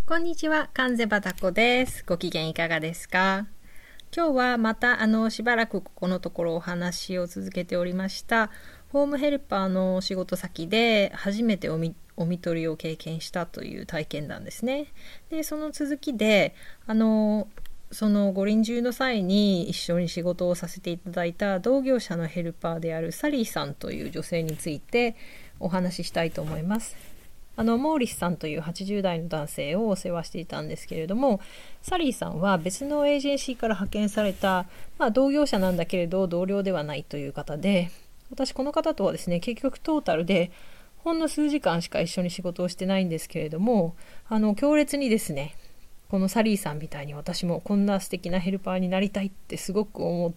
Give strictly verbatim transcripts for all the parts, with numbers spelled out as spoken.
こんにちは、関瀬バタコです。ご機嫌いかがですか？今日はまたあのしばらくここのところお話を続けておりましたホームヘルパーの仕事先で初めておみお見取りを経験したという体験談ですね。で、その続きであのそのご臨終の際に一緒に仕事をさせていただいた同業者のヘルパーであるサリーさんという女性についてお話ししたいと思います。あのモーリスさんというはちじゅう代の男性をお世話していたんですけれども、サリーさんは別のエージェンシーから派遣された、まあ、同業者なんだけれど同僚ではないという方で、私この方とはですね、結局トータルでほんの数時間しか一緒に仕事をしてないんですけれども、あの強烈にですね、このサリーさんみたいに私もこんな素敵なヘルパーになりたいってすごく思って、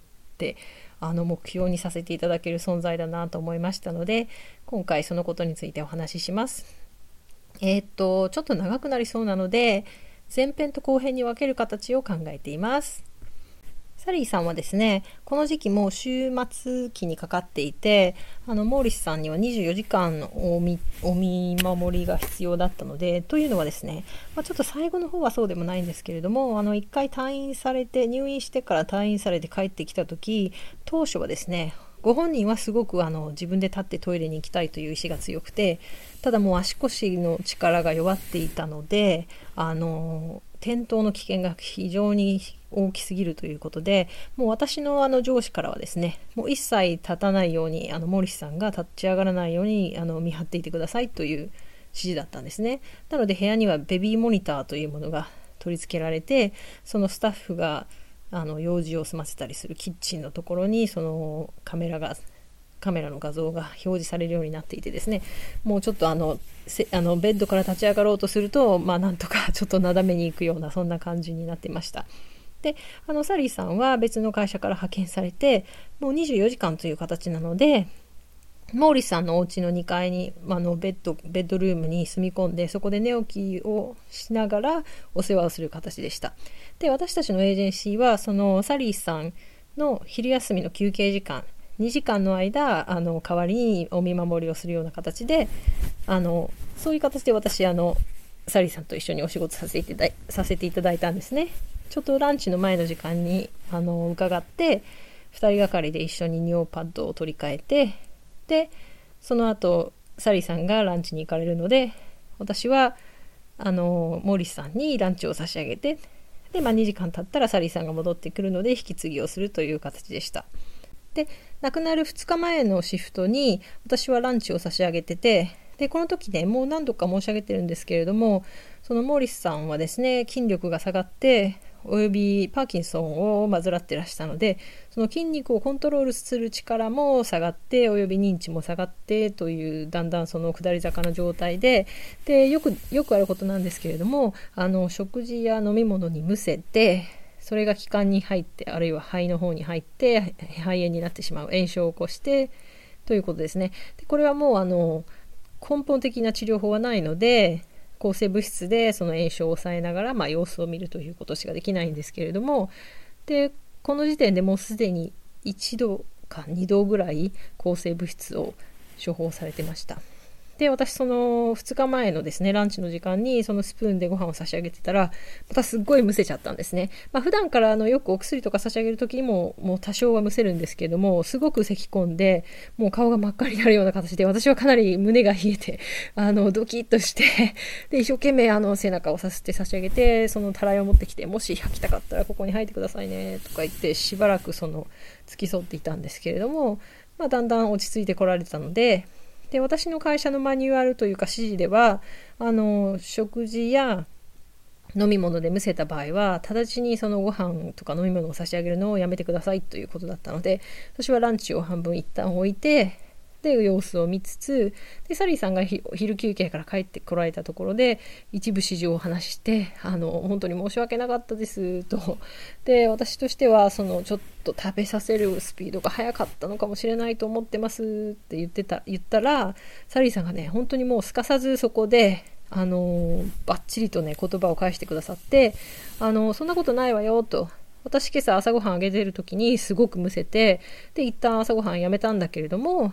あの目標にさせていただける存在だなと思いましたので、今回そのことについてお話しします。えー、っとちょっと長くなりそうなので前編と後編に分ける形を考えています。サリーさんはですね、この時期も週末期にかかっていて、あのモーリスさんにはにじゅうよじかんお 見, お見守りが必要だったので、というのはですね、まあ、ちょっと最後の方はそうでもないんですけれども、あのいっかい退院されて入院してから退院されて帰ってきた時、当初はですね、ご本人はすごくあの自分で立ってトイレに行きたいという意志が強くて、ただもう足腰の力が弱っていたので、あの転倒の危険が非常に大きすぎるということで、もう私のあの上司からはですね、もう一切立たないように、あのモリスさんが立ち上がらないようにあの見張っていてくださいという指示だったんですね。なので部屋にはベビーモニターというものが取り付けられて、そのスタッフがあの用事を済ませたりするキッチンのところにそのカメラがカメラの画像が表示されるようになっていてですね、もうちょっとあのあのベッドから立ち上がろうとすると、まあ、なんとかちょっとなだめに行くような、そんな感じになっていました。で、あのサリーさんは別の会社から派遣されて、もうにじゅうよじかんという形なので、モーリスさんのお家のにかいにあのベッド、ベッドルームに住み込んで、そこで寝起きをしながらお世話をする形でした。で、私たちのエージェンシーはそのサリーさんの昼休みの休憩時間にじかんの間、あの代わりにお見守りをするような形で、あのそういう形で私あのサリーさんと一緒にお仕事させていただい、させていただいたんですね。ちょっとランチの前の時間にあの伺って、ふたりがかりで一緒に尿パッドを取り替えて、でその後サリーさんがランチに行かれるので、私はあのモーリスさんにランチを差し上げて、で、まあ、にじかん経ったらサリーさんが戻ってくるので引き継ぎをするという形でした。で、亡くなるふつかまえのシフトに私はランチを差し上げてて、でこの時ね、もう何度か申し上げてるんですけれども、そのモーリスさんはですね、筋力が下がっておよびパーキンソンを患ってらしたので、その筋肉をコントロールする力も下がって、および認知も下がってという、だんだんその下り坂の状態で、でよくよくあることなんですけれども、あの食事や飲み物にむせて、それが気管に入って、あるいは肺の方に入って肺炎になってしまう、炎症を起こしてということですね。でこれはもうあの根本的な治療法はないので、抗生物質でその炎症を抑えながら、まあ、様子を見るということしかできないんですけれども、でこの時点でもうすでにいちどかにどぐらい抗生物質を処方されてました。で、私そのふつかまえのですね、ランチの時間にそのスプーンでご飯を差し上げてたら、またすっごいむせちゃったんですね。まあ、普段からあのよくお薬とか差し上げる時にももう多少はむせるんですけれども、すごく咳き込んで、もう顔が真っ赤になるような形で、私はかなり胸が冷えて、あのドキッとして、で一生懸命あの背中をさせて差し上げて、そのたらいを持ってきて、もし吐きたかったらここに吐いてくださいねとか言って、しばらくその付き添っていたんですけれども、まあ、だんだん落ち着いてこられたので、で私の会社のマニュアルというか指示では、あの食事や飲み物でむせた場合は直ちにそのご飯とか飲み物を差し上げるのをやめてくださいということだったので、私はランチを半分一旦置いて、で様子を見つつ、でサリーさんが昼休憩から帰ってこられたところで一部始終を話して、あの本当に申し訳なかったですと、で私としてはそのちょっと食べさせるスピードが速かったのかもしれないと思ってますって言ってた言ったら、サリーさんがね、本当にもうすかさずそこであのバッチリとね言葉を返してくださって、あのそんなことないわよと、私今朝朝ごはんあげてる時にすごくむせて、で一旦朝ごはんやめたんだけれども、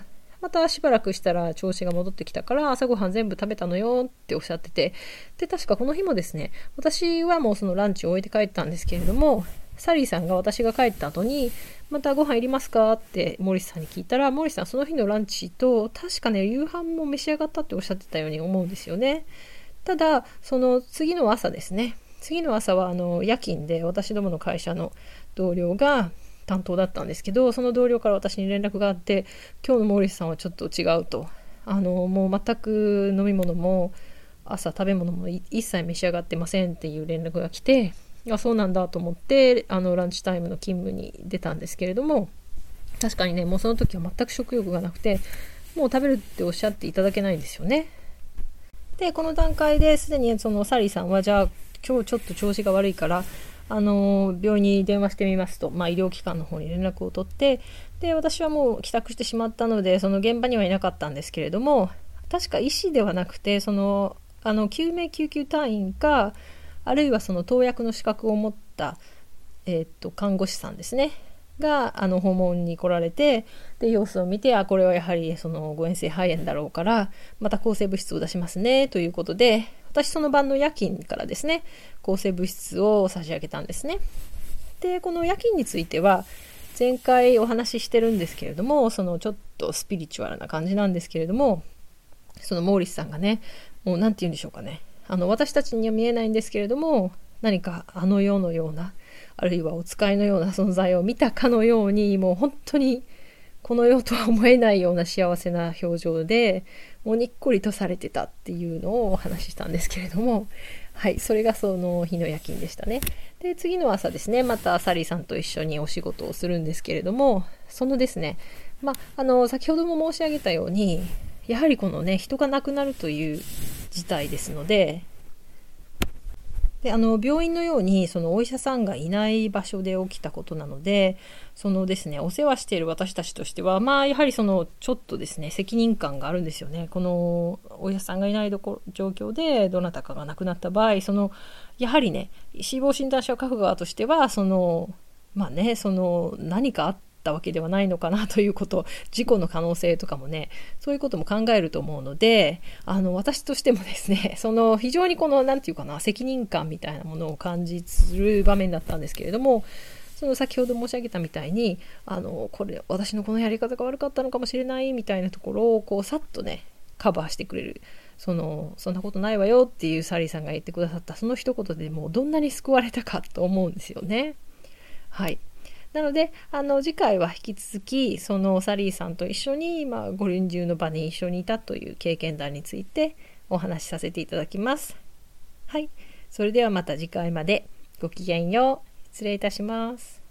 またしばらくしたら調子が戻ってきたから朝ごはん全部食べたのよっておっしゃってて、で確かこの日もですね、私はもうそのランチを終えて帰ったんですけれども、サリーさんが私が帰った後にまたご飯いりますかってモーリスさんに聞いたら、モーリスさんその日のランチと確かね夕飯も召し上がったっておっしゃってたように思うんですよね。ただその次の朝ですね、次の朝はあの夜勤で私どもの会社の同僚が担当だったんですけど、その同僚から私に連絡があって、今日のモーリスさんはちょっと違うと、あのもう全く飲み物も朝食べ物も一切召し上がってませんっていう連絡が来て、あそうなんだと思ってあのランチタイムの勤務に出たんですけれども、確かにねもうその時は全く食欲がなくて、もう食べるっておっしゃっていただけないんですよね。でこの段階ですでにそのサリーさんは、じゃあ今日ちょっと調子が悪いからあの病院に電話してみますと、まあ、医療機関の方に連絡を取って、で私はもう帰宅してしまったのでその現場にはいなかったんですけれども、確か医師ではなくてそのあの救命救急隊員か、あるいはその投薬の資格を持った、えー、っと看護師さんですねがあの訪問に来られて、で様子を見て、あこれはやはりその誤嚥性肺炎だろうからまた抗生物質を出しますねということで、私その晩の夜勤からですね抗生物質を差し上げたんですね。でこの夜勤については前回お話ししてるんですけれども、そのちょっとスピリチュアルな感じなんですけれども、そのモーリスさんがね、もうなんて言うんでしょうかね、あの私たちには見えないんですけれども、何かあの世のような、あるいはお使いのような存在を見たかのように、もう本当にこの世とは思えないような幸せな表情で、もうにっこりとされてたっていうのをお話ししたんですけれども、はい、それがその日の夜勤でしたね。で次の朝ですね、またサリーさんと一緒にお仕事をするんですけれども、そのですね、まあ、あの先ほども申し上げたように、やはりこのね人が亡くなるという事態ですので、であの病院のようにそのお医者さんがいない場所で起きたことなので、そのですねお世話している私たちとしては、まあやはりそのちょっとですね責任感があるんですよね。このお医者さんがいないどこ状況でどなたかが亡くなった場合、そのやはりね死亡診断書を書く側としては、そのまあねその何かあってたわけではないのかなということ、事故の可能性とかもね、そういうことも考えると思うので、あの私としてもですね、その非常にこのなんていうかな、責任感みたいなものを感じする場面だったんですけれども、その先ほど申し上げたみたいに、あのこれ私のこのやり方が悪かったのかもしれないみたいなところをこうさっとねカバーしてくれる、そのそんなことないわよっていうサリーさんが言ってくださったその一言でもうどんなに救われたかと思うんですよね。はい。なのであの次回は引き続きそのサリーさんと一緒に、まあ、ご臨終の場に一緒にいたという経験談についてお話しさせていただきます。はい、それではまた次回まで。ごきげんよう。失礼いたします。